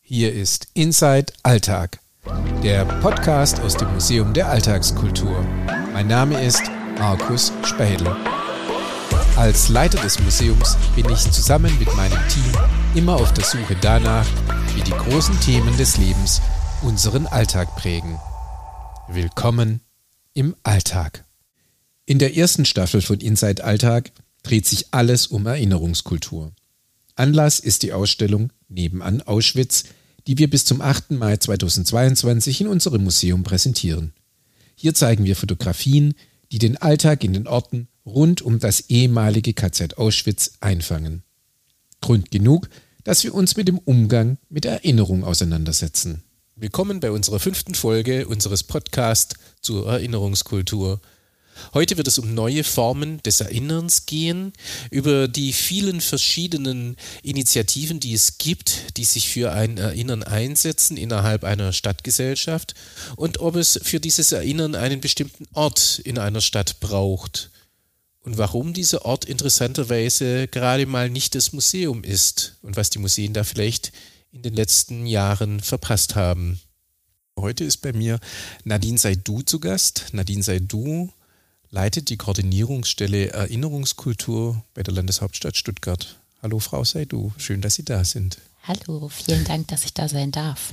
Hier ist Inside Alltag, der Podcast aus dem Museum der Alltagskultur. Mein Name ist Markus Spädel. Als Leiter des Museums bin ich zusammen mit meinem Team immer auf der Suche danach, wie die großen Themen des Lebens unseren Alltag prägen. Willkommen im Alltag. In der ersten Staffel von Inside Alltag dreht sich alles um Erinnerungskultur. Anlass ist die Ausstellung Nebenan Auschwitz, die wir bis zum 8. Mai 2022 in unserem Museum präsentieren. Hier zeigen wir Fotografien, die den Alltag in den Orten rund um das ehemalige KZ Auschwitz einfangen. Grund genug, dass wir uns mit dem Umgang mit Erinnerung auseinandersetzen. Willkommen bei unserer 5. Folge unseres Podcasts zur Erinnerungskultur. Heute wird es um neue Formen des Erinnerns gehen, über die vielen verschiedenen Initiativen, die es gibt, die sich für ein Erinnern einsetzen innerhalb einer Stadtgesellschaft und ob es für dieses Erinnern einen bestimmten Ort in einer Stadt braucht und warum dieser Ort interessanterweise gerade mal nicht das Museum ist und was die Museen da vielleicht in den letzten Jahren verpasst haben. Heute ist bei mir Nadine Seydoux zu Gast. Nadine Seydoux leitet die Koordinierungsstelle Erinnerungskultur bei der Landeshauptstadt Stuttgart. Hallo Frau Seydoux, schön, dass Sie da sind. Hallo, vielen Dank, dass ich da sein darf.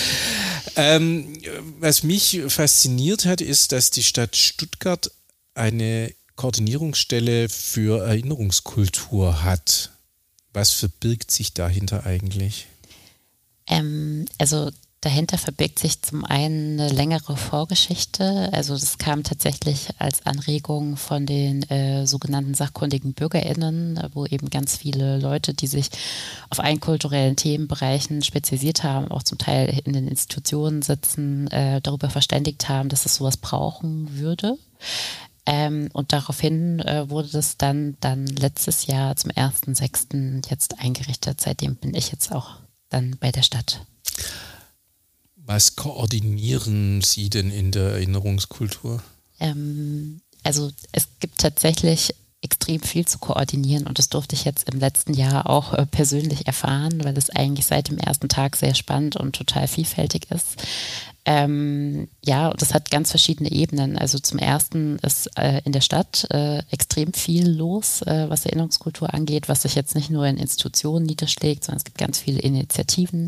Was mich fasziniert hat, ist, dass die Stadt Stuttgart eine Koordinierungsstelle für Erinnerungskultur hat. Was verbirgt sich dahinter eigentlich? Dahinter verbirgt sich zum einen eine längere Vorgeschichte. Also das kam tatsächlich als Anregung von den sogenannten sachkundigen BürgerInnen, wo eben ganz viele Leute, die sich auf einen kulturellen Themenbereichen spezialisiert haben, auch zum Teil in den Institutionen sitzen, darüber verständigt haben, dass es sowas brauchen würde. Und daraufhin wurde das dann letztes Jahr zum 1.6. jetzt eingerichtet. Seitdem bin ich jetzt auch dann bei der Stadt. Was koordinieren Sie denn in der Erinnerungskultur? Es gibt tatsächlich extrem viel zu koordinieren und das durfte ich jetzt im letzten Jahr auch persönlich erfahren, weil es eigentlich seit dem ersten Tag sehr spannend und total vielfältig ist. Das hat ganz verschiedene Ebenen. Also zum ersten ist in der Stadt extrem viel los, was Erinnerungskultur angeht, was sich jetzt nicht nur in Institutionen niederschlägt, sondern es gibt ganz viele Initiativen,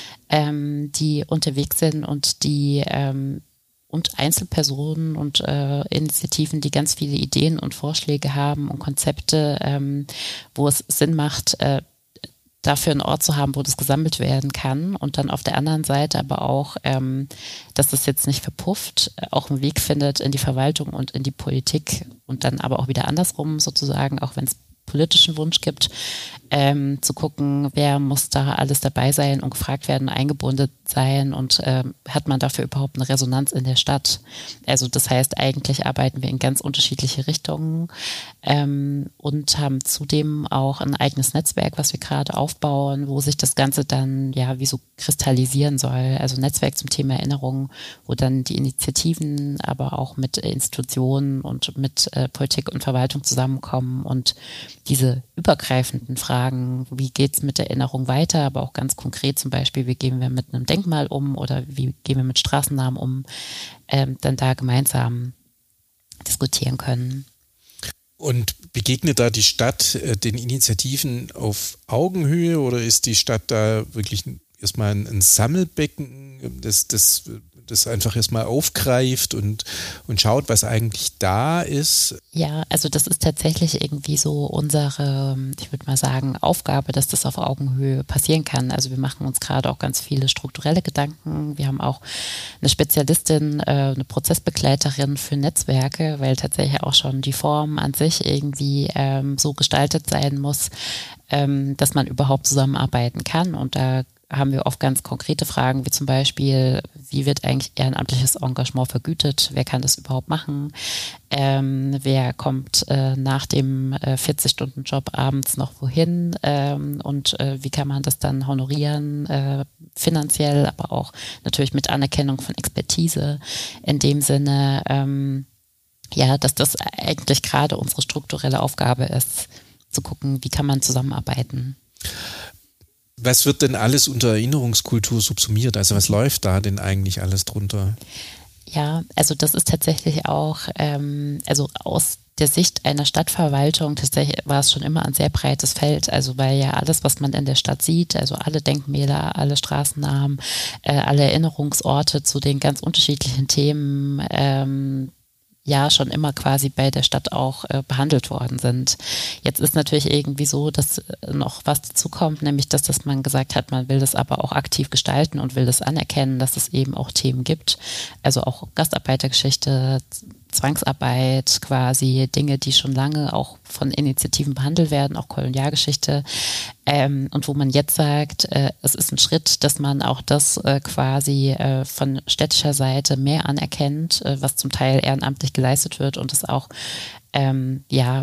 die unterwegs sind und die und Einzelpersonen und Initiativen, die ganz viele Ideen und Vorschläge haben und Konzepte, wo es Sinn macht, dafür einen Ort zu haben, wo das gesammelt werden kann und dann auf der anderen Seite aber auch, dass das jetzt nicht verpufft, auch einen Weg findet in die Verwaltung und in die Politik und dann aber auch wieder andersrum sozusagen, auch wenn es politischen Wunsch gibt, zu gucken, wer muss da alles dabei sein und gefragt werden, eingebunden sein und hat man dafür überhaupt eine Resonanz in der Stadt? Also das heißt, eigentlich arbeiten wir in ganz unterschiedliche Richtungen und haben zudem auch ein eigenes Netzwerk, was wir gerade aufbauen, wo sich das Ganze dann wie so kristallisieren soll. Also Netzwerk zum Thema Erinnerung, wo dann die Initiativen, aber auch mit Institutionen und mit Politik und Verwaltung zusammenkommen und diese übergreifenden Fragen, wie geht's mit der Erinnerung weiter, aber auch ganz konkret zum Beispiel, wie gehen wir mit einem Denkmal um oder wie gehen wir mit Straßennamen um, dann da gemeinsam diskutieren können. Und begegnet da die Stadt den Initiativen auf Augenhöhe oder ist die Stadt da wirklich erstmal ein Sammelbecken, das einfach erstmal aufgreift und schaut, was eigentlich da ist? Ja, also das ist tatsächlich irgendwie so unsere, ich würde mal sagen, Aufgabe, dass das auf Augenhöhe passieren kann. Also wir machen uns gerade auch ganz viele strukturelle Gedanken. Wir haben auch eine Spezialistin, eine Prozessbegleiterin für Netzwerke, weil tatsächlich auch schon die Form an sich irgendwie so gestaltet sein muss, dass man überhaupt zusammenarbeiten kann. Und da haben wir oft ganz konkrete Fragen, wie zum Beispiel, wie wird eigentlich ehrenamtliches Engagement vergütet? Wer kann das überhaupt machen? Wer kommt nach dem 40-Stunden-Job abends noch wohin? Und wie kann man das dann honorieren? Finanziell, aber auch natürlich mit Anerkennung von Expertise. In dem Sinne, dass das eigentlich gerade unsere strukturelle Aufgabe ist, zu gucken, wie kann man zusammenarbeiten. Was wird denn alles unter Erinnerungskultur subsumiert? Also was läuft da denn eigentlich alles drunter? Ja, also das ist tatsächlich auch, also aus der Sicht einer Stadtverwaltung tatsächlich war es schon immer ein sehr breites Feld, also weil ja alles, was man in der Stadt sieht, also alle Denkmäler, alle Straßennamen, alle Erinnerungsorte zu den ganz unterschiedlichen Themen, ja schon immer quasi bei der Stadt auch behandelt worden sind. Jetzt ist natürlich irgendwie so, dass noch was dazukommt, nämlich dass man gesagt hat, man will das aber auch aktiv gestalten und will das anerkennen, dass es eben auch Themen gibt, also auch Gastarbeitergeschichte, Zwangsarbeit quasi, Dinge, die schon lange auch von Initiativen behandelt werden, auch Kolonialgeschichte. Und wo man jetzt sagt, es ist ein Schritt, dass man auch das quasi von städtischer Seite mehr anerkennt, was zum Teil ehrenamtlich geleistet wird und es auch ja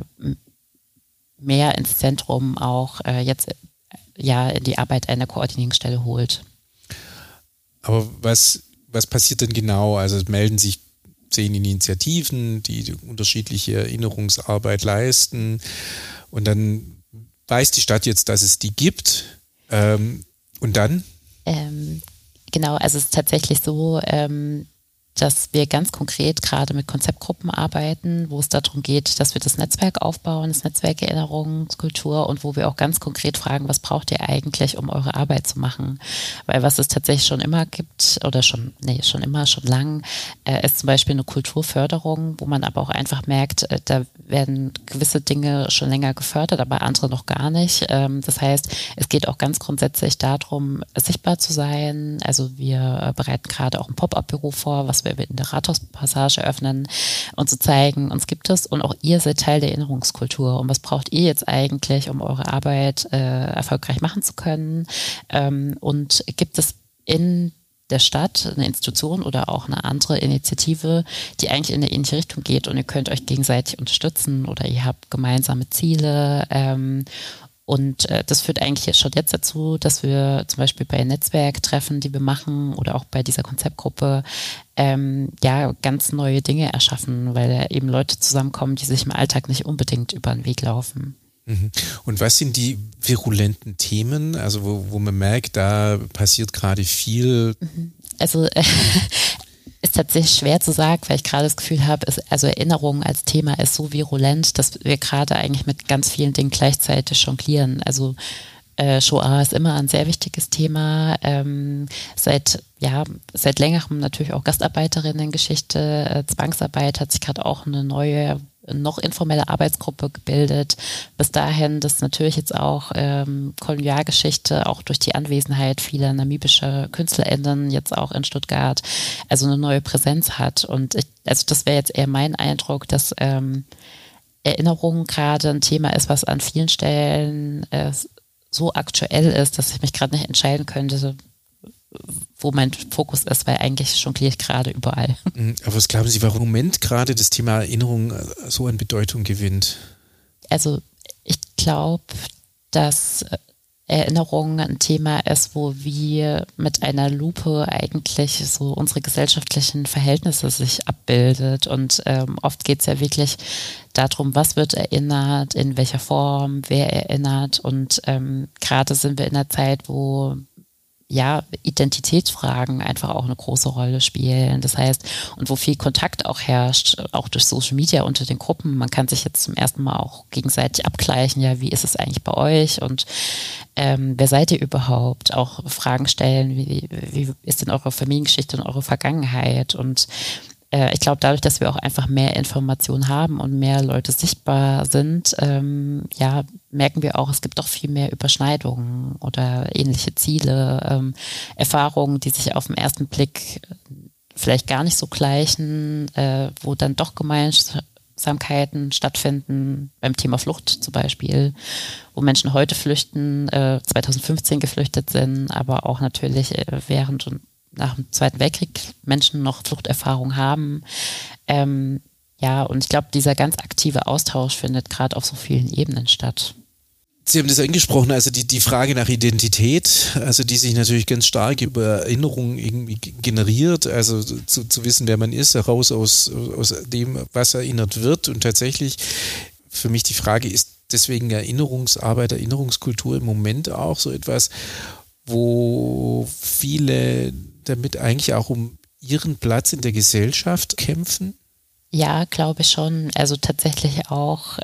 mehr ins Zentrum auch jetzt ja in die Arbeit einer Koordinierungsstelle holt. Aber was passiert denn genau? Also es melden sich 10 Initiativen, die unterschiedliche Erinnerungsarbeit leisten und dann weiß die Stadt jetzt, dass es die gibt und dann? Genau, also es ist tatsächlich so, dass wir ganz konkret gerade mit Konzeptgruppen arbeiten, wo es darum geht, dass wir das Netzwerk aufbauen, das Netzwerk Erinnerungskultur und wo wir auch ganz konkret fragen, was braucht ihr eigentlich, um eure Arbeit zu machen? Weil was es tatsächlich schon immer gibt oder schon lang, ist zum Beispiel eine Kulturförderung, wo man aber auch einfach merkt, da werden gewisse Dinge schon länger gefördert, aber andere noch gar nicht. Das heißt, es geht auch ganz grundsätzlich darum, sichtbar zu sein. Also wir bereiten gerade auch ein Pop-up-Büro vor, was wir in der Rathauspassage öffnen und zu zeigen, uns gibt es und auch ihr seid Teil der Erinnerungskultur und was braucht ihr jetzt eigentlich, um eure Arbeit erfolgreich machen zu können und gibt es in der Stadt eine Institution oder auch eine andere Initiative, die eigentlich in eine ähnliche Richtung geht und ihr könnt euch gegenseitig unterstützen oder ihr habt gemeinsame Ziele und das führt eigentlich schon jetzt dazu, dass wir zum Beispiel bei Netzwerktreffen, die wir machen oder auch bei dieser Konzeptgruppe, ja, ganz neue Dinge erschaffen, weil da eben Leute zusammenkommen, die sich im Alltag nicht unbedingt über den Weg laufen. Und was sind die virulenten Themen, also wo man merkt, da passiert gerade viel? Also ist tatsächlich schwer zu sagen, weil ich gerade das Gefühl habe, also Erinnerung als Thema ist so virulent, dass wir gerade eigentlich mit ganz vielen Dingen gleichzeitig jonglieren. Also Shoah ist immer ein sehr wichtiges Thema. Seit längerem natürlich auch Gastarbeiterinnen-Geschichte. Zwangsarbeit hat sich gerade auch eine neue, noch informelle Arbeitsgruppe gebildet. Bis dahin, dass natürlich jetzt auch Kolonialgeschichte auch durch die Anwesenheit vieler namibischer KünstlerInnen jetzt auch in Stuttgart also eine neue Präsenz hat. Und also das wäre jetzt eher mein Eindruck, dass Erinnerung gerade ein Thema ist, was an vielen Stellen so aktuell ist, dass ich mich gerade nicht entscheiden könnte, wo mein Fokus ist, weil eigentlich jongliere ich gerade überall. Aber was glauben Sie, warum im Moment gerade das Thema Erinnerung so an Bedeutung gewinnt? Also ich glaube, dass Erinnerung ein Thema ist, wo wir mit einer Lupe eigentlich so unsere gesellschaftlichen Verhältnisse sich abbildet und oft geht es ja wirklich darum, was wird erinnert, in welcher Form, wer erinnert und gerade sind wir in einer Zeit, wo ja, Identitätsfragen einfach auch eine große Rolle spielen. Das heißt, und wo viel Kontakt auch herrscht, auch durch Social Media unter den Gruppen. Man kann sich jetzt zum ersten Mal auch gegenseitig abgleichen, ja, wie ist es eigentlich bei euch und wer seid ihr überhaupt? Auch Fragen stellen, wie ist denn eure Familiengeschichte und eure Vergangenheit? Und ich glaube, dadurch, dass wir auch einfach mehr Informationen haben und mehr Leute sichtbar sind, ja, merken wir auch, es gibt auch viel mehr Überschneidungen oder ähnliche Ziele, Erfahrungen, die sich auf den ersten Blick vielleicht gar nicht so gleichen, wo dann doch Gemeinsamkeiten stattfinden, beim Thema Flucht zum Beispiel, wo Menschen heute flüchten, 2015 geflüchtet sind, aber auch natürlich während und nach dem Zweiten Weltkrieg Menschen noch Fluchterfahrung haben. Ja, und ich glaube, dieser ganz aktive Austausch findet gerade auf so vielen Ebenen statt. Sie haben das angesprochen, also die Frage nach Identität, also die sich natürlich ganz stark über Erinnerungen irgendwie generiert, also zu wissen, wer man ist, heraus aus dem, was erinnert wird. Und tatsächlich für mich die Frage, ist deswegen Erinnerungsarbeit, Erinnerungskultur im Moment auch so etwas, wo viele damit eigentlich auch um ihren Platz in der Gesellschaft kämpfen? Ja, glaube ich schon. Also tatsächlich auch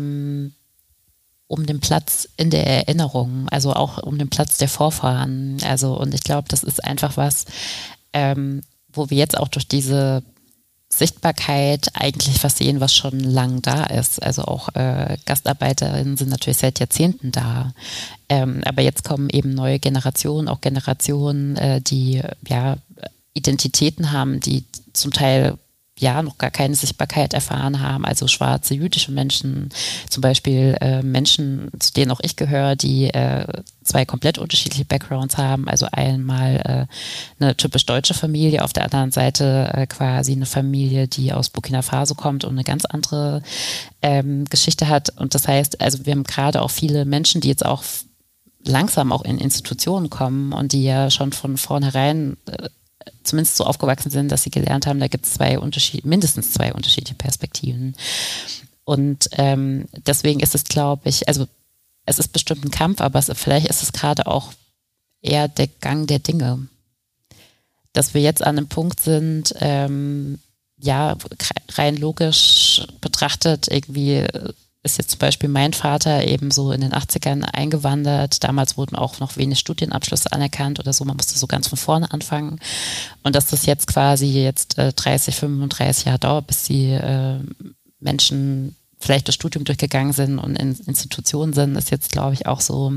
um den Platz in der Erinnerung, also auch um den Platz der Vorfahren. Also und ich glaube, das ist einfach was, wo wir jetzt auch durch diese Sichtbarkeit eigentlich was sehen, was schon lang da ist. Also auch Gastarbeiterinnen sind natürlich seit Jahrzehnten da. Aber jetzt kommen eben neue Generationen, auch Generationen, die ja Identitäten haben, die zum Teil ja noch gar keine Sichtbarkeit erfahren haben, also schwarze jüdische Menschen, zum Beispiel Menschen, zu denen auch ich gehöre, die zwei komplett unterschiedliche Backgrounds haben, also einmal eine typisch deutsche Familie, auf der anderen Seite quasi eine Familie, die aus Burkina Faso kommt und eine ganz andere Geschichte hat. Und das heißt, also wir haben gerade auch viele Menschen, die jetzt auch langsam auch in Institutionen kommen und die ja schon von vornherein zumindest so aufgewachsen sind, dass sie gelernt haben, da gibt es mindestens zwei unterschiedliche Perspektiven. Und deswegen ist es, glaube ich, also es ist bestimmt ein Kampf, aber vielleicht ist es gerade auch eher der Gang der Dinge. Dass wir jetzt an einem Punkt sind, ja, rein logisch betrachtet, irgendwie ist jetzt zum Beispiel mein Vater eben so in den 80ern eingewandert. Damals wurden auch noch wenig Studienabschlüsse anerkannt oder so. Man musste so ganz von vorne anfangen. Und dass das jetzt quasi 30, 35 Jahre dauert, bis die Menschen vielleicht das Studium durchgegangen sind und in Institutionen sind, ist jetzt, glaube ich, auch so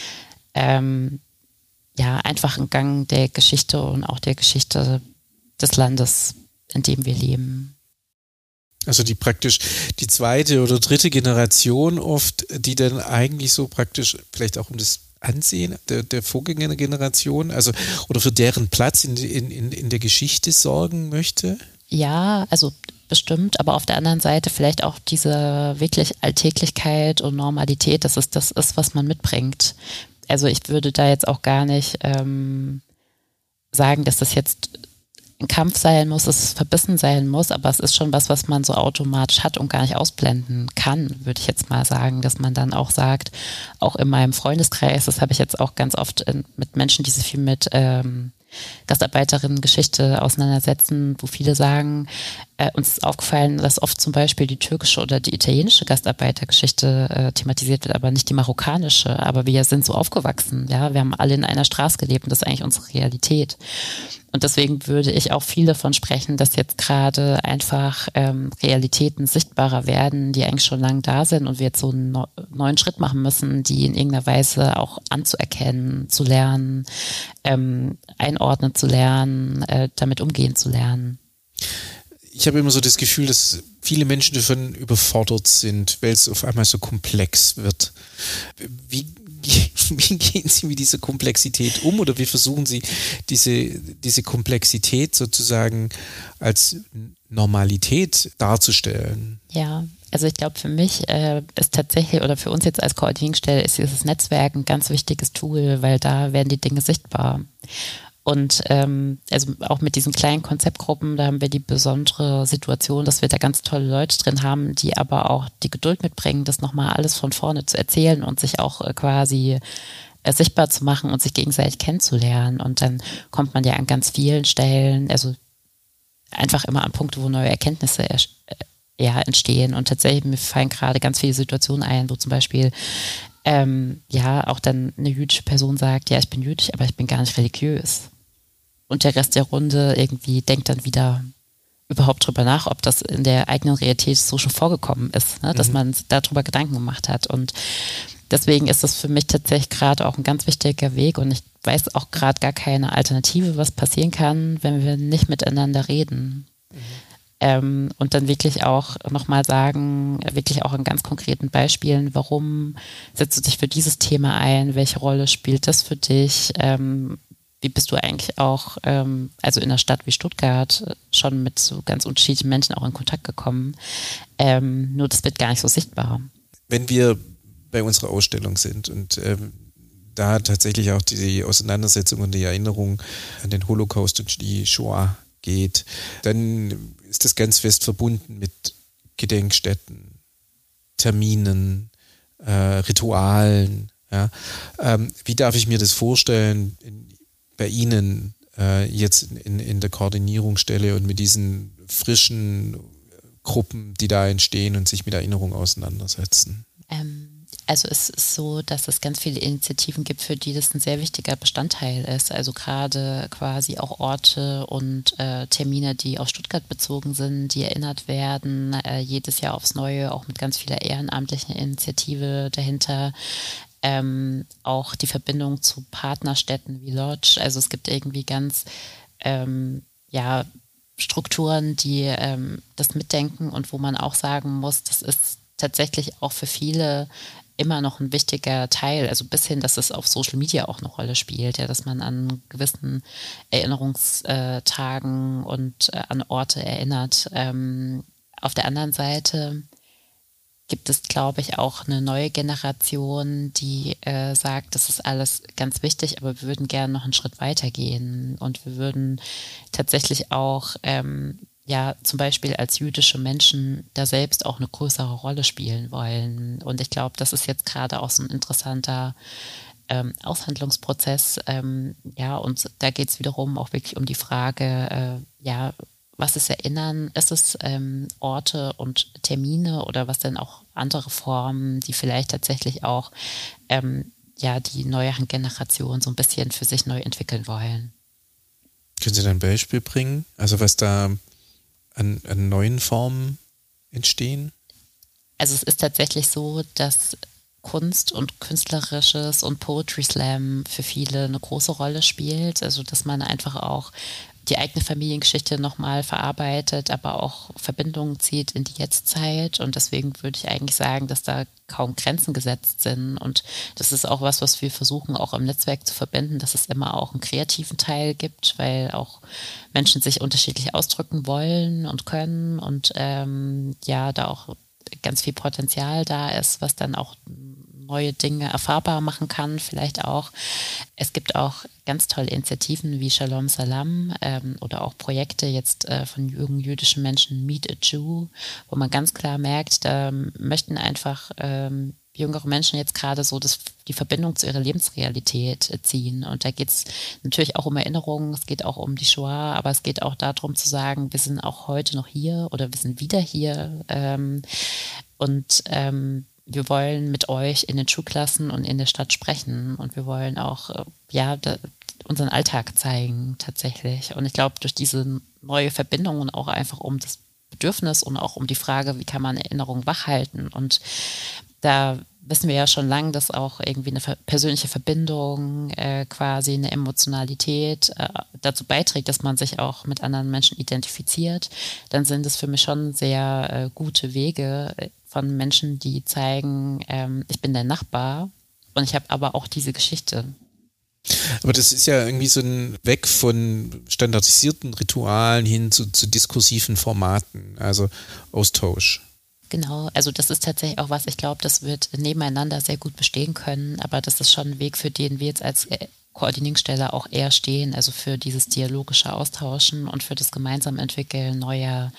ja, einfach ein Gang der Geschichte und auch der Geschichte des Landes, in dem wir leben. Also die praktisch die zweite oder dritte Generation oft, die dann eigentlich so praktisch vielleicht auch um das Ansehen der Vorgängergeneration, also oder für deren Platz in der Geschichte sorgen möchte? Ja, also bestimmt, aber auf der anderen Seite vielleicht auch diese wirklich Alltäglichkeit und Normalität, das ist, was man mitbringt. Also ich würde da jetzt auch gar nicht sagen, dass das jetzt ein Kampf sein muss, dass es verbissen sein muss, aber es ist schon was man so automatisch hat und gar nicht ausblenden kann, würde ich jetzt mal sagen, dass man dann auch sagt, auch in meinem Freundeskreis, das habe ich jetzt auch ganz oft mit Menschen, die sich viel mit Gastarbeiterinnen-Geschichte auseinandersetzen, wo viele sagen, uns ist aufgefallen, dass oft zum Beispiel die türkische oder die italienische Gastarbeitergeschichte thematisiert wird, aber nicht die marokkanische. Aber wir sind so aufgewachsen, ja, wir haben alle in einer Straße gelebt und das ist eigentlich unsere Realität. Und deswegen würde ich auch viel davon sprechen, dass jetzt gerade einfach Realitäten sichtbarer werden, die eigentlich schon lange da sind und wir jetzt so einen neuen Schritt machen müssen, die in irgendeiner Weise auch anzuerkennen, zu lernen, einordnen zu lernen, damit umgehen zu lernen. Ich habe immer so das Gefühl, dass viele Menschen davon überfordert sind, weil es auf einmal so komplex wird. Wie gehen Sie mit dieser Komplexität um oder wie versuchen Sie diese Komplexität sozusagen als Normalität darzustellen? Ja, also ich glaube für mich ist tatsächlich oder für uns jetzt als Koordinierungsstelle ist dieses Netzwerk ein ganz wichtiges Tool, weil da werden die Dinge sichtbar. Und also auch mit diesen kleinen Konzeptgruppen, da haben wir die besondere Situation, dass wir da ganz tolle Leute drin haben, die aber auch die Geduld mitbringen, das nochmal alles von vorne zu erzählen und sich auch quasi sichtbar zu machen und sich gegenseitig kennenzulernen. Und dann kommt man ja an ganz vielen Stellen, also einfach immer an Punkte, wo neue Erkenntnisse entstehen. Und tatsächlich, mir fallen gerade ganz viele Situationen ein, wo zum Beispiel ja auch dann eine jüdische Person sagt, ja, ich bin jüdisch, aber ich bin gar nicht religiös. Und der Rest der Runde irgendwie denkt dann wieder überhaupt drüber nach, ob das in der eigenen Realität so schon vorgekommen ist, ne? Dass man darüber Gedanken gemacht hat. Und deswegen ist das für mich tatsächlich gerade auch ein ganz wichtiger Weg und ich weiß auch gerade gar keine Alternative, was passieren kann, wenn wir nicht miteinander reden. Und dann wirklich auch nochmal sagen, wirklich auch in ganz konkreten Beispielen, warum setzt du dich für dieses Thema ein, welche Rolle spielt das für dich, wie bist du eigentlich auch, also in einer Stadt wie Stuttgart, schon mit so ganz unterschiedlichen Menschen auch in Kontakt gekommen. Nur das wird gar nicht so sichtbar. Wenn wir bei unserer Ausstellung sind und da tatsächlich auch die Auseinandersetzung und die Erinnerung an den Holocaust und die Shoah geht, dann ist das ganz fest verbunden mit Gedenkstätten, Terminen, Ritualen. Ja? Wie darf ich mir das vorstellen bei Ihnen jetzt in der Koordinierungsstelle und mit diesen frischen Gruppen, die da entstehen und sich mit Erinnerung auseinandersetzen? Also es ist so, dass es ganz viele Initiativen gibt, für die das ein sehr wichtiger Bestandteil ist. Also gerade quasi auch Orte und Termine, die auf Stuttgart bezogen sind, die erinnert werden, jedes Jahr aufs Neue, auch mit ganz vieler ehrenamtlichen Initiative dahinter. Auch die Verbindung zu Partnerstädten wie Lodge. Also es gibt irgendwie ganz Strukturen, die das mitdenken und wo man auch sagen muss, das ist tatsächlich auch für viele immer noch ein wichtiger Teil, also bis hin, dass es auf Social Media auch eine Rolle spielt, ja, dass man an gewissen Erinnerungstagen und an Orte erinnert. Auf der anderen Seite gibt es, glaube ich, auch eine neue Generation, die sagt, das ist alles ganz wichtig, aber wir würden gerne noch einen Schritt weiter gehen und wir würden tatsächlich auch zum Beispiel als jüdische Menschen da selbst auch eine größere Rolle spielen wollen. Und ich glaube, das ist jetzt gerade auch so ein interessanter Aushandlungsprozess. Und da geht es wiederum auch wirklich um die Frage, was ist Erinnern? Ist es Orte und Termine oder was denn auch andere Formen, die vielleicht tatsächlich auch die neueren Generationen so ein bisschen für sich neu entwickeln wollen? Können Sie da ein Beispiel bringen? Also was da an neuen Formen entstehen? Also es ist tatsächlich so, dass Kunst und Künstlerisches und Poetry Slam für viele eine große Rolle spielt. Also dass man einfach auch die eigene Familiengeschichte nochmal verarbeitet, aber auch Verbindungen zieht in die Jetztzeit. Und deswegen würde ich eigentlich sagen, dass da kaum Grenzen gesetzt sind. Und das ist auch was wir versuchen, auch im Netzwerk zu verbinden, dass es immer auch einen kreativen Teil gibt, weil auch Menschen sich unterschiedlich ausdrücken wollen und können und da auch ganz viel Potenzial da ist, was dann auch neue Dinge erfahrbar machen kann, vielleicht auch. Es gibt auch ganz tolle Initiativen wie Shalom Salam oder auch Projekte jetzt von jungen jüdischen Menschen, Meet a Jew, wo man ganz klar merkt, da möchten einfach jüngere Menschen jetzt gerade so die Verbindung zu ihrer Lebensrealität ziehen. Und da geht es natürlich auch um Erinnerungen, es geht auch um die Shoah, aber es geht auch darum zu sagen, wir sind auch heute noch hier oder wir sind wieder hier wir wollen mit euch in den Schulklassen und in der Stadt sprechen und wir wollen auch unseren Alltag zeigen tatsächlich. Und ich glaube, durch diese neue Verbindung und auch einfach um das Bedürfnis und auch um die Frage, wie kann man Erinnerungen wachhalten. Und da wissen wir ja schon lange, dass auch irgendwie eine persönliche Verbindung, quasi eine Emotionalität dazu beiträgt, dass man sich auch mit anderen Menschen identifiziert. Dann sind es für mich schon sehr gute Wege von Menschen, die zeigen, ich bin dein Nachbar und ich habe aber auch diese Geschichte. Aber das ist ja irgendwie so ein Weg von standardisierten Ritualen hin zu diskursiven Formaten, also Austausch. Genau, also das ist tatsächlich auch was, ich glaube, das wird nebeneinander sehr gut bestehen können, aber das ist schon ein Weg, für den wir jetzt als Koordinierungsstelle auch eher stehen, also für dieses dialogische Austauschen und für das gemeinsame Entwickeln neuer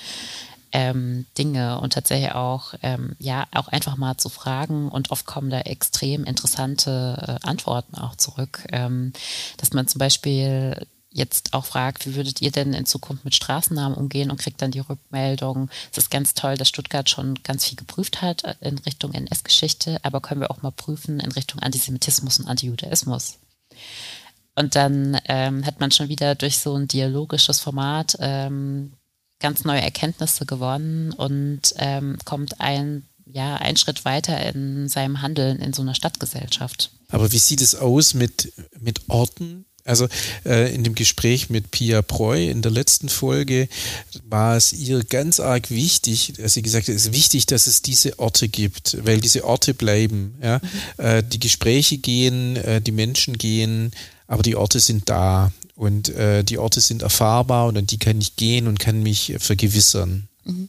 Dinge und tatsächlich auch auch einfach mal zu fragen und oft kommen da extrem interessante Antworten auch zurück, dass man zum Beispiel jetzt auch fragt, wie würdet ihr denn in Zukunft mit Straßennamen umgehen und kriegt dann die Rückmeldung, es ist ganz toll, dass Stuttgart schon ganz viel geprüft hat in Richtung NS-Geschichte, aber können wir auch mal prüfen in Richtung Antisemitismus und Antijudaismus. Und dann hat man schon wieder durch so ein dialogisches Format ganz neue Erkenntnisse gewonnen und kommt ein Schritt weiter in seinem Handeln in so einer Stadtgesellschaft. Aber wie sieht es aus mit Orten? Also in dem Gespräch mit Pia Preu in der letzten Folge war es ihr ganz arg wichtig, dass sie gesagt hat, es ist wichtig, dass es diese Orte gibt, weil diese Orte bleiben. Ja? Die Gespräche gehen, die Menschen gehen, aber die Orte sind da und die Orte sind erfahrbar und an die kann ich gehen und kann mich vergewissern. Mhm.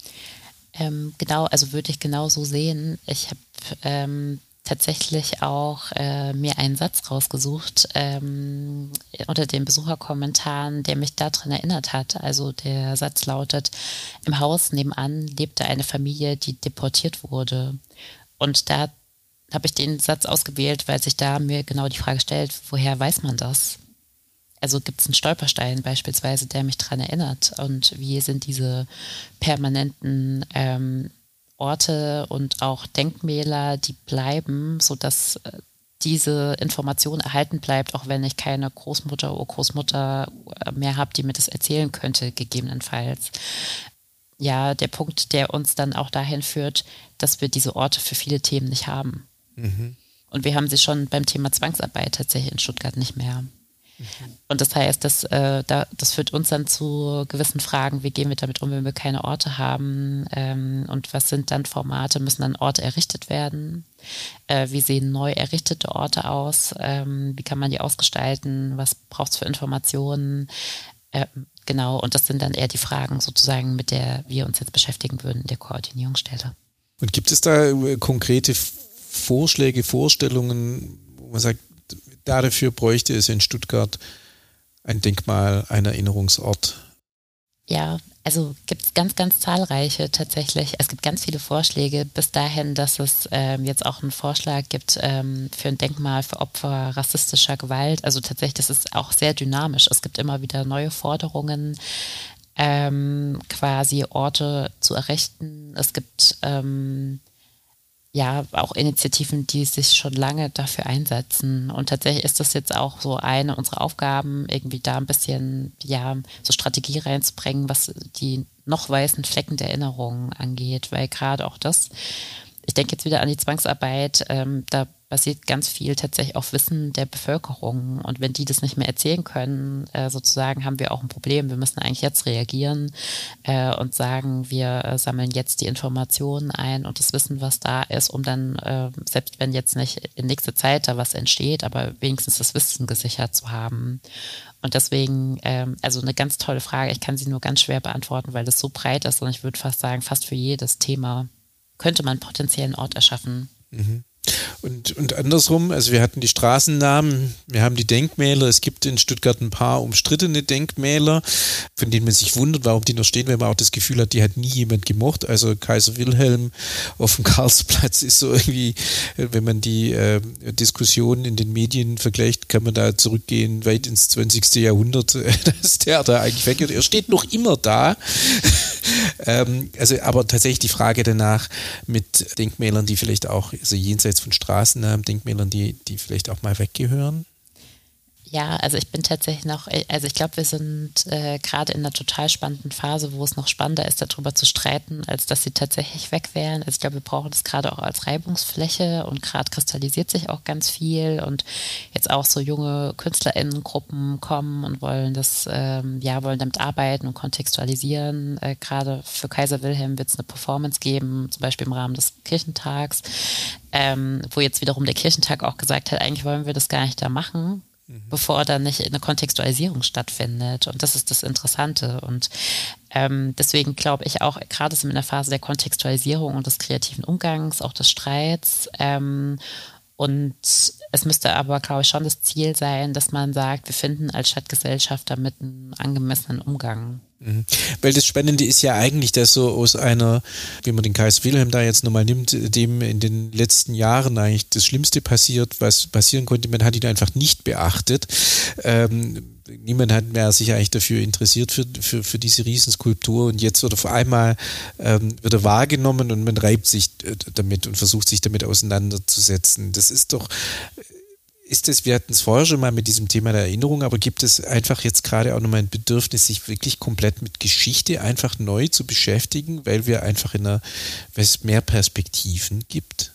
Genau, also würde ich genauso sehen. Ich habe tatsächlich auch mir einen Satz rausgesucht unter den Besucherkommentaren, der mich daran erinnert hat. Also der Satz lautet, im Haus nebenan lebte eine Familie, die deportiert wurde. Und da habe ich den Satz ausgewählt, weil sich da mir genau die Frage stellt, woher weiß man das? Also gibt es einen Stolperstein beispielsweise, der mich daran erinnert? Und wie sind diese permanenten Orte und auch Denkmäler, die bleiben, sodass diese Information erhalten bleibt, auch wenn ich keine Großmutter, Urgroßmutter mehr habe, die mir das erzählen könnte, gegebenenfalls. Ja, der Punkt, der uns dann auch dahin führt, dass wir diese Orte für viele Themen nicht haben. Und wir haben sie schon beim Thema Zwangsarbeit tatsächlich in Stuttgart nicht mehr. Und das heißt, das führt uns dann zu gewissen Fragen, wie gehen wir damit um, wenn wir keine Orte haben, und was sind dann Formate, müssen dann Orte errichtet werden, wie sehen neu errichtete Orte aus, wie kann man die ausgestalten, was braucht es für Informationen, genau, und das sind dann eher die Fragen sozusagen, mit der wir uns jetzt beschäftigen würden in der Koordinierungsstelle. Und gibt es da konkrete Vorschläge, Vorstellungen, wo man sagt, dafür bräuchte es in Stuttgart ein Denkmal, ein Erinnerungsort? Ja, also gibt es ganz, ganz zahlreiche tatsächlich. Es gibt ganz viele Vorschläge bis dahin, dass es jetzt auch einen Vorschlag gibt für ein Denkmal für Opfer rassistischer Gewalt. Also tatsächlich, das ist auch sehr dynamisch. Es gibt immer wieder neue Forderungen, quasi Orte zu errichten. Es gibt ja auch Initiativen, die sich schon lange dafür einsetzen. Und tatsächlich ist das jetzt auch so eine unserer Aufgaben, irgendwie da ein bisschen, ja, so Strategie reinzubringen, was die noch weißen Flecken der Erinnerung angeht, weil gerade auch das, ich denke jetzt wieder an die Zwangsarbeit, da basiert ganz viel tatsächlich auf Wissen der Bevölkerung. Und wenn die das nicht mehr erzählen können, sozusagen haben wir auch ein Problem. Wir müssen eigentlich jetzt reagieren und sagen, wir sammeln jetzt die Informationen ein und das Wissen, was da ist, um dann, selbst wenn jetzt nicht in nächster Zeit da was entsteht, aber wenigstens das Wissen gesichert zu haben. Und deswegen, also eine ganz tolle Frage. Ich kann sie nur ganz schwer beantworten, weil das so breit ist und ich würde fast sagen, fast für jedes Thema könnte man potenziell einen Ort erschaffen. Und andersrum, also wir hatten die Straßennamen, wir haben die Denkmäler, es gibt in Stuttgart ein paar umstrittene Denkmäler, von denen man sich wundert, warum die noch stehen, weil man auch das Gefühl hat, die hat nie jemand gemocht. Also Kaiser Wilhelm auf dem Karlsplatz ist so irgendwie, wenn man die Diskussion in den Medien vergleicht, kann man da zurückgehen weit ins 20. Jahrhundert, dass der da eigentlich weggehört. Er steht noch immer da. Also aber tatsächlich die Frage danach mit Denkmälern, die vielleicht auch, also jenseits von Straßennamen, Denkmälern, die vielleicht auch mal weggehören? Ja, also ich bin tatsächlich noch, also ich glaube, wir sind gerade in einer total spannenden Phase, wo es noch spannender ist, darüber zu streiten, als dass sie tatsächlich weg wären. Also ich glaube, wir brauchen das gerade auch als Reibungsfläche und gerade kristallisiert sich auch ganz viel und jetzt auch so junge KünstlerInnengruppen kommen und wollen das, wollen damit arbeiten und kontextualisieren. Gerade für Kaiser Wilhelm wird es eine Performance geben, zum Beispiel im Rahmen des Kirchentags, wo jetzt wiederum der Kirchentag auch gesagt hat, eigentlich wollen wir das gar nicht da machen, bevor da nicht eine Kontextualisierung stattfindet. Und das ist das Interessante. Und deswegen glaube ich auch, gerade sind wir in der Phase der Kontextualisierung und des kreativen Umgangs, auch des Streits. Und es müsste aber, glaube ich, schon das Ziel sein, dass man sagt, wir finden als Stadtgesellschaft damit einen angemessenen Umgang. Weil das Spannende ist ja eigentlich, dass so aus einer, wie man den Kaiser Wilhelm da jetzt nochmal nimmt, dem in den letzten Jahren eigentlich das Schlimmste passiert, was passieren konnte, man hat ihn einfach nicht beachtet. Niemand hat mehr sich eigentlich dafür interessiert für diese Riesenskulptur und jetzt wird auf einmal wird er wahrgenommen und man reibt sich damit und versucht sich damit auseinanderzusetzen. Das ist doch, wir hatten es vorher schon mal mit diesem Thema der Erinnerung, aber gibt es einfach jetzt gerade auch nochmal ein Bedürfnis, sich wirklich komplett mit Geschichte einfach neu zu beschäftigen, weil wir einfach weil es mehr Perspektiven gibt?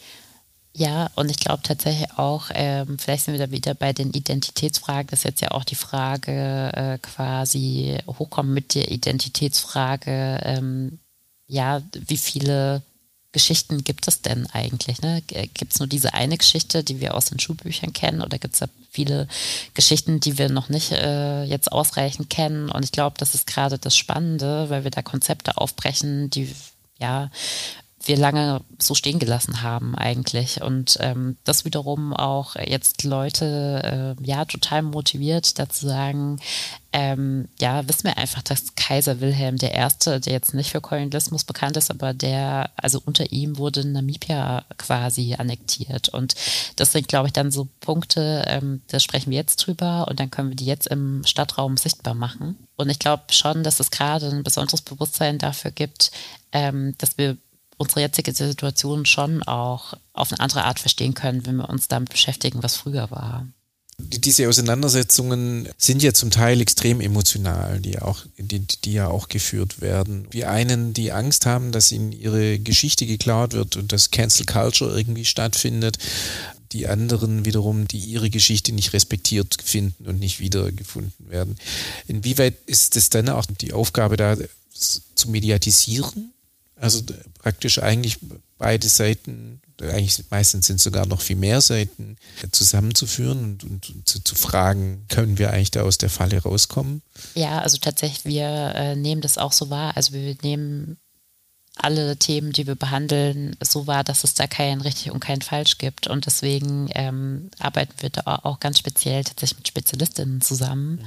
Ja, und ich glaube tatsächlich auch, vielleicht sind wir da wieder bei den Identitätsfragen, das ist jetzt ja auch die Frage quasi, hochkommen mit der Identitätsfrage, wie viele Geschichten gibt es denn eigentlich? Ne? Gibt es nur diese eine Geschichte, die wir aus den Schulbüchern kennen, oder gibt es da viele Geschichten, die wir noch nicht jetzt ausreichend kennen? Und ich glaube, das ist gerade das Spannende, weil wir da Konzepte aufbrechen, die wir lange so stehen gelassen haben eigentlich. Und das wiederum auch jetzt Leute total motiviert, dazu sagen, wissen wir einfach, dass Kaiser Wilhelm I., der jetzt nicht für Kolonialismus bekannt ist, aber also unter ihm wurde Namibia quasi annektiert. Und das sind, glaube ich, dann so Punkte, da sprechen wir jetzt drüber und dann können wir die jetzt im Stadtraum sichtbar machen. Und ich glaube schon, dass es gerade ein besonderes Bewusstsein dafür gibt, dass wir unsere jetzige Situation schon auch auf eine andere Art verstehen können, wenn wir uns damit beschäftigen, was früher war. Diese Auseinandersetzungen sind ja zum Teil extrem emotional, die ja auch geführt werden. Die einen, die Angst haben, dass ihnen ihre Geschichte geklaut wird und dass Cancel Culture irgendwie stattfindet. Die anderen wiederum, die ihre Geschichte nicht respektiert finden und nicht wiedergefunden werden. Inwieweit ist es dann auch die Aufgabe, da zu mediatisieren? Also praktisch eigentlich beide Seiten, eigentlich meistens sind sogar noch viel mehr Seiten, zusammenzuführen und zu fragen, können wir eigentlich da aus der Falle rauskommen? Ja, also tatsächlich, wir nehmen das auch so wahr. Also wir nehmen alle Themen, die wir behandeln, so wahr, dass es da kein richtig und kein falsch gibt. Und deswegen arbeiten wir da auch ganz speziell tatsächlich mit Spezialistinnen zusammen,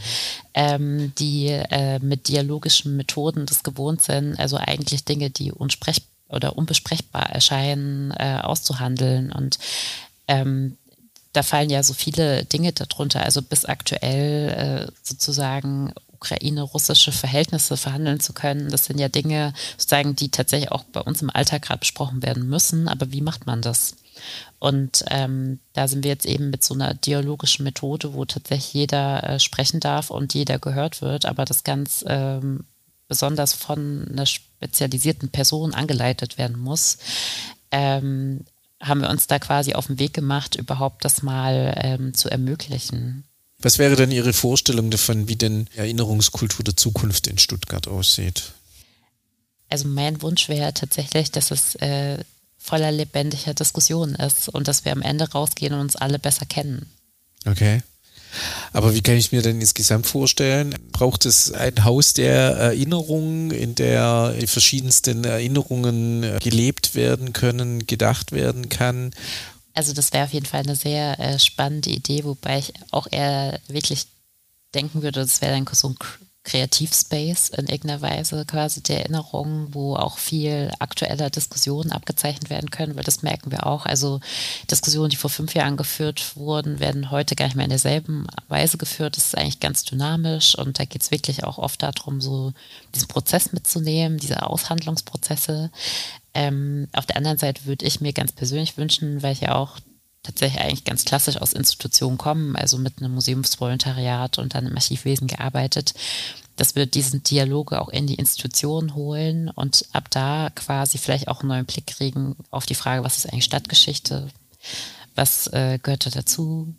die mit dialogischen Methoden das gewohnt sind, also eigentlich Dinge, die unbesprechbar erscheinen, auszuhandeln. Und da fallen ja so viele Dinge darunter, also bis aktuell sozusagen ukraine-russische Verhältnisse verhandeln zu können. Das sind ja Dinge, sozusagen, die tatsächlich auch bei uns im Alltag gerade besprochen werden müssen. Aber wie macht man das? Und da sind wir jetzt eben mit so einer dialogischen Methode, wo tatsächlich jeder sprechen darf und jeder gehört wird, aber das ganz besonders von einer spezialisierten Person angeleitet werden muss. Haben wir uns da quasi auf den Weg gemacht, überhaupt das mal zu ermöglichen. Was wäre denn Ihre Vorstellung davon, wie denn Erinnerungskultur der Zukunft in Stuttgart aussieht? Also mein Wunsch wäre tatsächlich, dass es voller lebendiger Diskussion ist und dass wir am Ende rausgehen und uns alle besser kennen. Okay. Aber wie kann ich mir denn insgesamt vorstellen? Braucht es ein Haus der Erinnerung, in der die verschiedensten Erinnerungen gelebt werden können, gedacht werden kann? Also das wäre auf jeden Fall eine sehr spannende Idee, wobei ich auch eher wirklich denken würde, das wäre dann so ein Kreativspace in irgendeiner Weise quasi der Erinnerung, wo auch viel aktueller Diskussionen abgezeichnet werden können, weil das merken wir auch. Also Diskussionen, die vor 5 Jahren geführt wurden, werden heute gar nicht mehr in derselben Weise geführt. Das ist eigentlich ganz dynamisch und da geht es wirklich auch oft darum, so diesen Prozess mitzunehmen, diese Aushandlungsprozesse. Auf der anderen Seite würde ich mir ganz persönlich wünschen, weil ich ja auch tatsächlich eigentlich ganz klassisch aus Institutionen komme, also mit einem Museumsvolontariat und dann im Archivwesen gearbeitet, dass wir diesen Dialoge auch in die Institutionen holen und ab da quasi vielleicht auch einen neuen Blick kriegen auf die Frage, was ist eigentlich Stadtgeschichte, was gehört da dazu,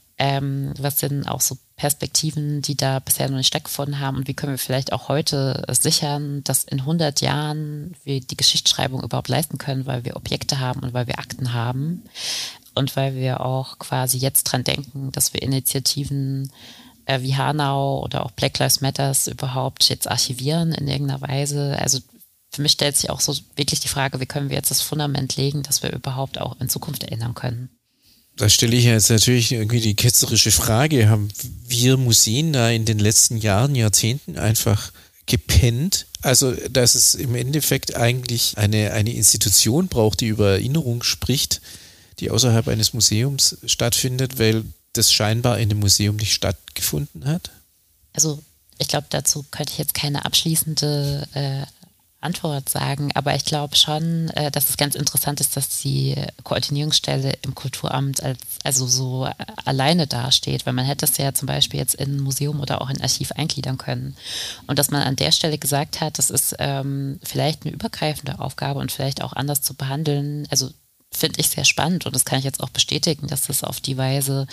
was sind auch so Perspektiven, die da bisher noch nicht stattgefunden haben und wie können wir vielleicht auch heute sichern, dass in 100 Jahren wir die Geschichtsschreibung überhaupt leisten können, weil wir Objekte haben und weil wir Akten haben und weil wir auch quasi jetzt dran denken, dass wir Initiativen wie Hanau oder auch Black Lives Matters überhaupt jetzt archivieren in irgendeiner Weise. Also für mich stellt sich auch so wirklich die Frage, wie können wir jetzt das Fundament legen, dass wir überhaupt auch in Zukunft erinnern können. Da stelle ich jetzt natürlich irgendwie die ketzerische Frage, haben wir Museen da in den letzten Jahren, Jahrzehnten einfach gepennt? Also, dass es im Endeffekt eigentlich eine Institution braucht, die über Erinnerung spricht, die außerhalb eines Museums stattfindet, weil das scheinbar in dem Museum nicht stattgefunden hat? Also, ich glaube, dazu könnte ich jetzt keine abschließende Antwort sagen, aber ich glaube schon, dass es ganz interessant ist, dass die Koordinierungsstelle im Kulturamt also so alleine dasteht, weil man hätte es ja zum Beispiel jetzt in ein Museum oder auch in ein Archiv eingliedern können und dass man an der Stelle gesagt hat, das ist vielleicht eine übergreifende Aufgabe und vielleicht auch anders zu behandeln, also finde ich sehr spannend und das kann ich jetzt auch bestätigen, dass das auf die Weise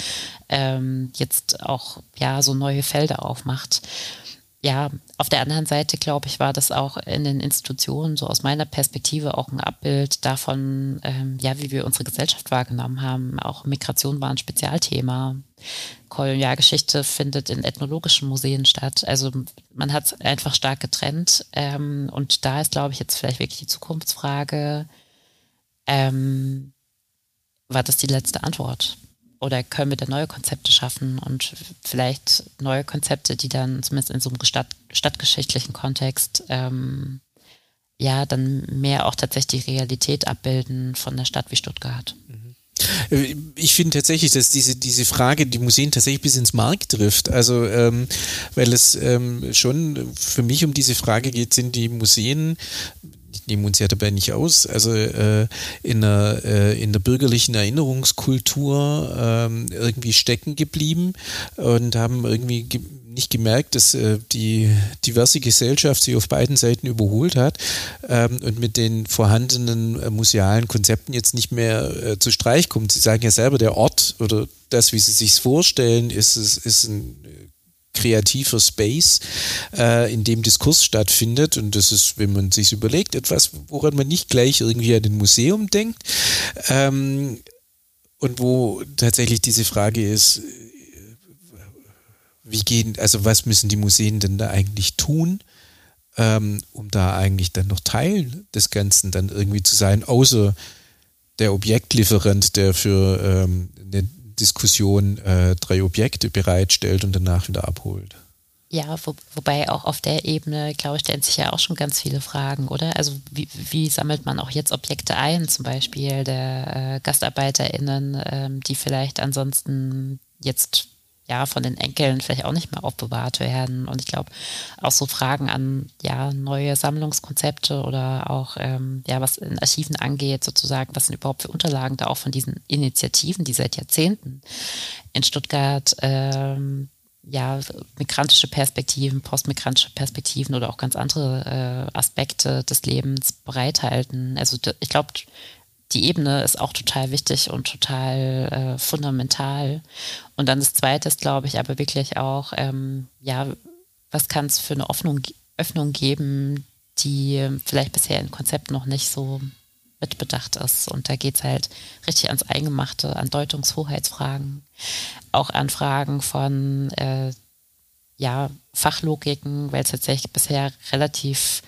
jetzt auch ja so neue Felder aufmacht. Ja, auf der anderen Seite, glaube ich, war das auch in den Institutionen so aus meiner Perspektive auch ein Abbild davon, wie wir unsere Gesellschaft wahrgenommen haben. Auch Migration war ein Spezialthema. Kolonialgeschichte findet in ethnologischen Museen statt. Also man hat es einfach stark getrennt. Und da ist, glaube ich, jetzt vielleicht wirklich die Zukunftsfrage, war das die letzte Antwort? oder können wir da neue Konzepte schaffen und vielleicht neue Konzepte, die dann zumindest in so einem stadtgeschichtlichen Kontext dann mehr auch tatsächlich die Realität abbilden von einer Stadt wie Stuttgart. Ich finde tatsächlich, dass diese Frage die Museen tatsächlich bis ins Mark trifft. Also weil es schon für mich um diese Frage geht, sind die Museen, nehmen uns ja dabei nicht aus, also in der bürgerlichen Erinnerungskultur irgendwie stecken geblieben und haben irgendwie nicht gemerkt, dass die diverse Gesellschaft sie auf beiden Seiten überholt hat und mit den vorhandenen musealen Konzepten jetzt nicht mehr zu Streich kommt. Sie sagen ja selber, der Ort oder das, wie Sie sich vorstellen, ist ein kreativer Space, in dem Diskurs stattfindet, und das ist, wenn man sich überlegt, etwas, woran man nicht gleich irgendwie an ein Museum denkt, und wo tatsächlich diese Frage ist, was müssen die Museen denn da eigentlich tun, um da eigentlich dann noch Teil des Ganzen dann irgendwie zu sein, außer der Objektlieferant, der für eine Diskussion 3 Objekte bereitstellt und danach wieder abholt. Ja, wobei auch auf der Ebene, glaube ich, stellen sich ja auch schon ganz viele Fragen, oder? Also wie sammelt man auch jetzt Objekte ein, zum Beispiel der GastarbeiterInnen, die vielleicht ansonsten jetzt von den Enkeln vielleicht auch nicht mehr aufbewahrt werden. Und ich glaube, auch so Fragen an neue Sammlungskonzepte oder auch was in Archiven angeht, sozusagen, was sind überhaupt für Unterlagen da auch von diesen Initiativen, die seit Jahrzehnten in Stuttgart migrantische Perspektiven, postmigrantische Perspektiven oder auch ganz andere Aspekte des Lebens bereithalten. Also ich glaube, die Ebene ist auch total wichtig und total fundamental. Und dann das Zweite ist, glaube ich, aber wirklich auch, was kann es für eine Öffnung geben, die vielleicht bisher im Konzept noch nicht so mitbedacht ist. Und da geht es halt richtig ans Eingemachte, an Deutungshoheitsfragen, auch an Fragen von Fachlogiken, weil es tatsächlich bisher relativ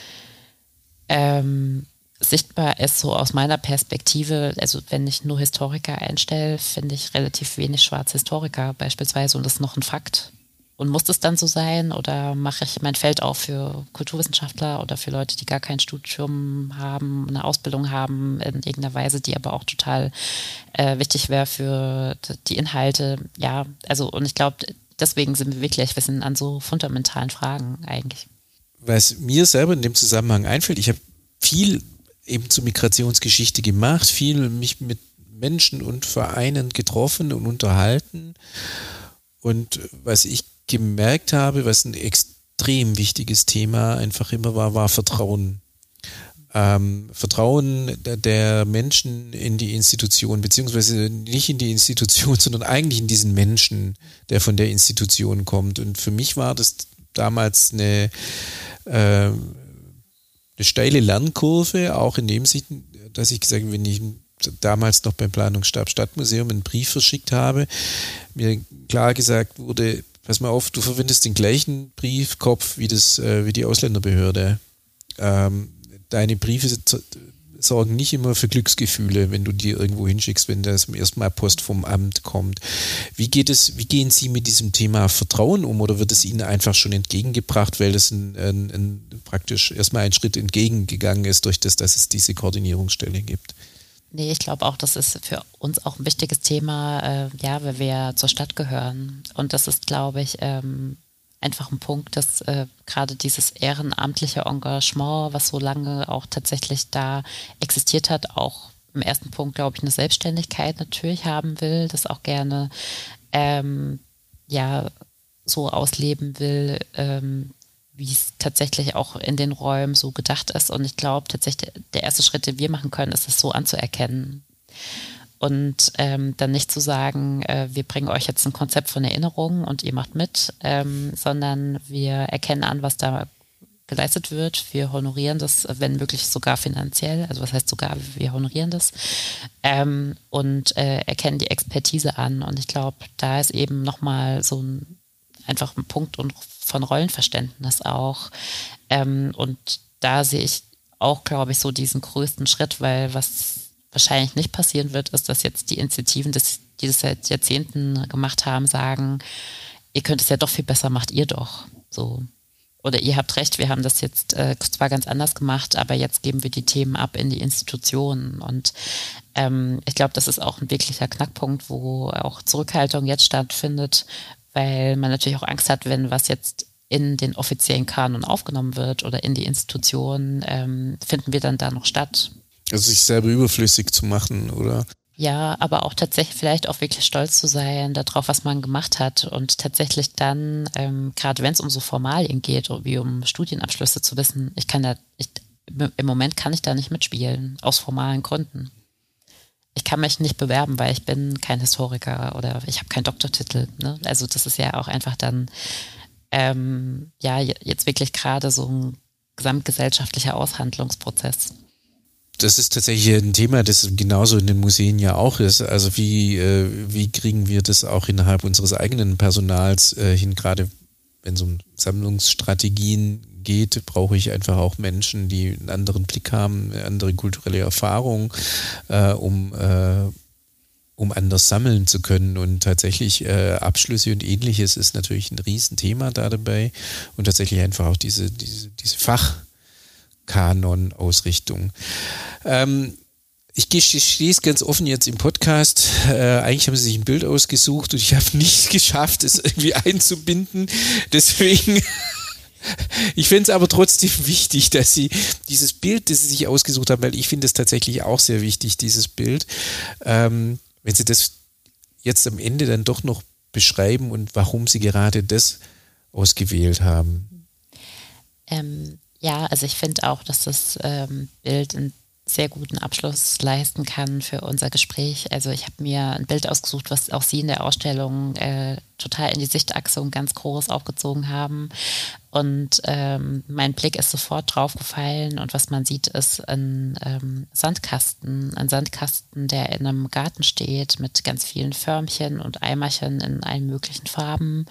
sichtbar ist, so aus meiner Perspektive, also wenn ich nur Historiker einstelle, finde ich relativ wenig schwarze Historiker beispielsweise, und das ist noch ein Fakt. Und muss das dann so sein, oder mache ich mein Feld auch für Kulturwissenschaftler oder für Leute, die gar kein Studium haben, eine Ausbildung haben in irgendeiner Weise, die aber auch total wichtig wäre für die Inhalte. Ja, also, und ich glaube, deswegen sind wir sind an so fundamentalen Fragen eigentlich. Was mir selber in dem Zusammenhang einfällt, ich habe viel eben zur Migrationsgeschichte gemacht, viel mich mit Menschen und Vereinen getroffen und unterhalten. Und was ich gemerkt habe, was ein extrem wichtiges Thema einfach immer war Vertrauen. Vertrauen der Menschen in die Institution, beziehungsweise nicht in die Institution, sondern eigentlich in diesen Menschen, der von der Institution kommt. Und für mich war das damals eine steile Lernkurve, auch in dem Sinne, dass ich gesagt habe, wenn ich damals noch beim Planungsstab Stadtmuseum einen Brief verschickt habe, mir klar gesagt wurde, pass mal auf, du verwendest den gleichen Briefkopf wie die Ausländerbehörde. Deine Briefe sorgen nicht immer für Glücksgefühle, wenn du die irgendwo hinschickst, wenn das erstmal Post vom Amt kommt. Wie gehen Sie mit diesem Thema Vertrauen um, oder wird es Ihnen einfach schon entgegengebracht, weil das praktisch erstmal ein Schritt entgegengegangen ist durch das, dass es diese Koordinierungsstelle gibt? Nee, ich glaube auch, das ist für uns auch ein wichtiges Thema, weil wir zur Stadt gehören. Und das ist, glaube ich, einfach ein Punkt, dass gerade dieses ehrenamtliche Engagement, was so lange auch tatsächlich da existiert hat, auch im ersten Punkt, glaube ich, eine Selbstständigkeit natürlich haben will, das auch gerne so ausleben will, wie es tatsächlich auch in den Räumen so gedacht ist. Und ich glaube tatsächlich, der erste Schritt, den wir machen können, ist es so anzuerkennen. Und dann nicht zu sagen, wir bringen euch jetzt ein Konzept von Erinnerung und ihr macht mit, sondern wir erkennen an, was da geleistet wird. Wir honorieren das, wenn möglich sogar finanziell. Also was heißt sogar, wir honorieren das und erkennen die Expertise an. Und ich glaube, da ist eben nochmal so einfach ein Punkt von Rollenverständnis auch. Und da sehe ich auch, glaube ich, so diesen größten Schritt, weil was wahrscheinlich nicht passieren wird, ist, dass jetzt die Initiativen die das seit Jahrzehnten gemacht haben, sagen, ihr könnt es ja doch viel besser, macht ihr doch. So. Oder ihr habt recht, wir haben das jetzt zwar ganz anders gemacht, aber jetzt geben wir die Themen ab in die Institutionen. Und ich glaube, das ist auch ein wirklicher Knackpunkt, wo auch Zurückhaltung jetzt stattfindet, weil man natürlich auch Angst hat, wenn was jetzt in den offiziellen Kanon aufgenommen wird oder in die Institutionen, finden wir dann da noch statt. Also sich selber überflüssig zu machen, oder? Ja, aber auch tatsächlich vielleicht auch wirklich stolz zu sein darauf, was man gemacht hat und tatsächlich dann, gerade wenn es um so Formalien geht, wie um Studienabschlüsse zu wissen, im Moment kann ich da nicht mitspielen, aus formalen Gründen. Ich kann mich nicht bewerben, weil ich bin kein Historiker oder ich habe keinen Doktortitel. Ne? Also das ist ja auch einfach dann, jetzt wirklich gerade so ein gesamtgesellschaftlicher Aushandlungsprozess. Das ist tatsächlich ein Thema, das genauso in den Museen ja auch ist. Also wie kriegen wir das auch innerhalb unseres eigenen Personals hin? Gerade wenn es um Sammlungsstrategien geht, brauche ich einfach auch Menschen, die einen anderen Blick haben, eine andere kulturelle Erfahrung, um anders sammeln zu können. Und tatsächlich Abschlüsse und Ähnliches ist natürlich ein Riesenthema da dabei. Und tatsächlich einfach auch diese Kanon-Ausrichtung. Ich gestehe es ganz offen jetzt im Podcast. Eigentlich haben sie sich ein Bild ausgesucht und ich habe nicht geschafft, es irgendwie einzubinden. Deswegen, ich finde es aber trotzdem wichtig, dass sie dieses Bild, das sie sich ausgesucht haben, weil ich finde es tatsächlich auch sehr wichtig, dieses Bild, wenn sie das jetzt am Ende dann doch noch beschreiben und warum sie gerade das ausgewählt haben. Ja, also ich finde auch, dass das Bild einen sehr guten Abschluss leisten kann für unser Gespräch. Also ich habe mir ein Bild ausgesucht, was auch Sie in der Ausstellung total in die Sichtachse und ganz groß aufgezogen haben. Und mein Blick ist sofort drauf gefallen und was man sieht, ist ein Sandkasten, der in einem Garten steht mit ganz vielen Förmchen und Eimerchen in allen möglichen Farben.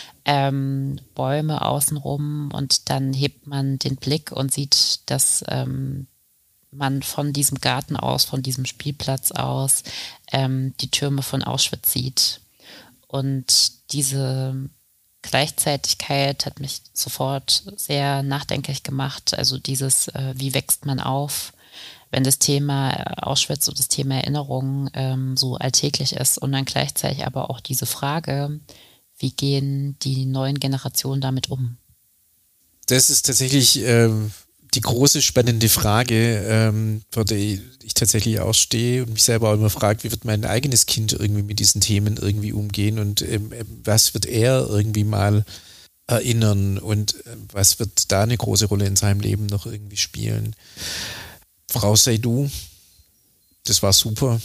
Bäume außenrum und dann hebt man den Blick und sieht, dass man von diesem Garten aus, von diesem Spielplatz aus die Türme von Auschwitz sieht. Und diese Gleichzeitigkeit hat mich sofort sehr nachdenklich gemacht. Also dieses, wie wächst man auf, wenn das Thema Auschwitz und das Thema Erinnerung so alltäglich ist und dann gleichzeitig aber auch diese Frage, wie gehen die neuen Generationen damit um? Das ist tatsächlich die große spannende Frage, vor der ich tatsächlich auch stehe und mich selber auch immer frage, wie wird mein eigenes Kind irgendwie mit diesen Themen irgendwie umgehen und was wird er irgendwie mal erinnern und was wird da eine große Rolle in seinem Leben noch irgendwie spielen? Frau Seydoux, das war super.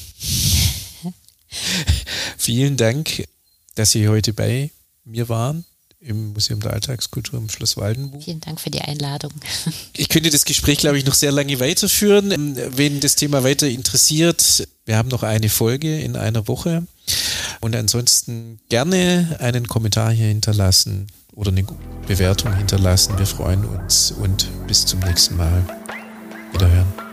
Vielen Dank, dass Sie heute bei mir waren im Museum der Alltagskultur im Schloss Waldenburg. Vielen Dank für die Einladung. Ich könnte das Gespräch, glaube ich, noch sehr lange weiterführen. Wen das Thema weiter interessiert, wir haben noch eine Folge in einer Woche. Und ansonsten gerne einen Kommentar hier hinterlassen oder eine Bewertung hinterlassen. Wir freuen uns und bis zum nächsten Mal. Wiederhören.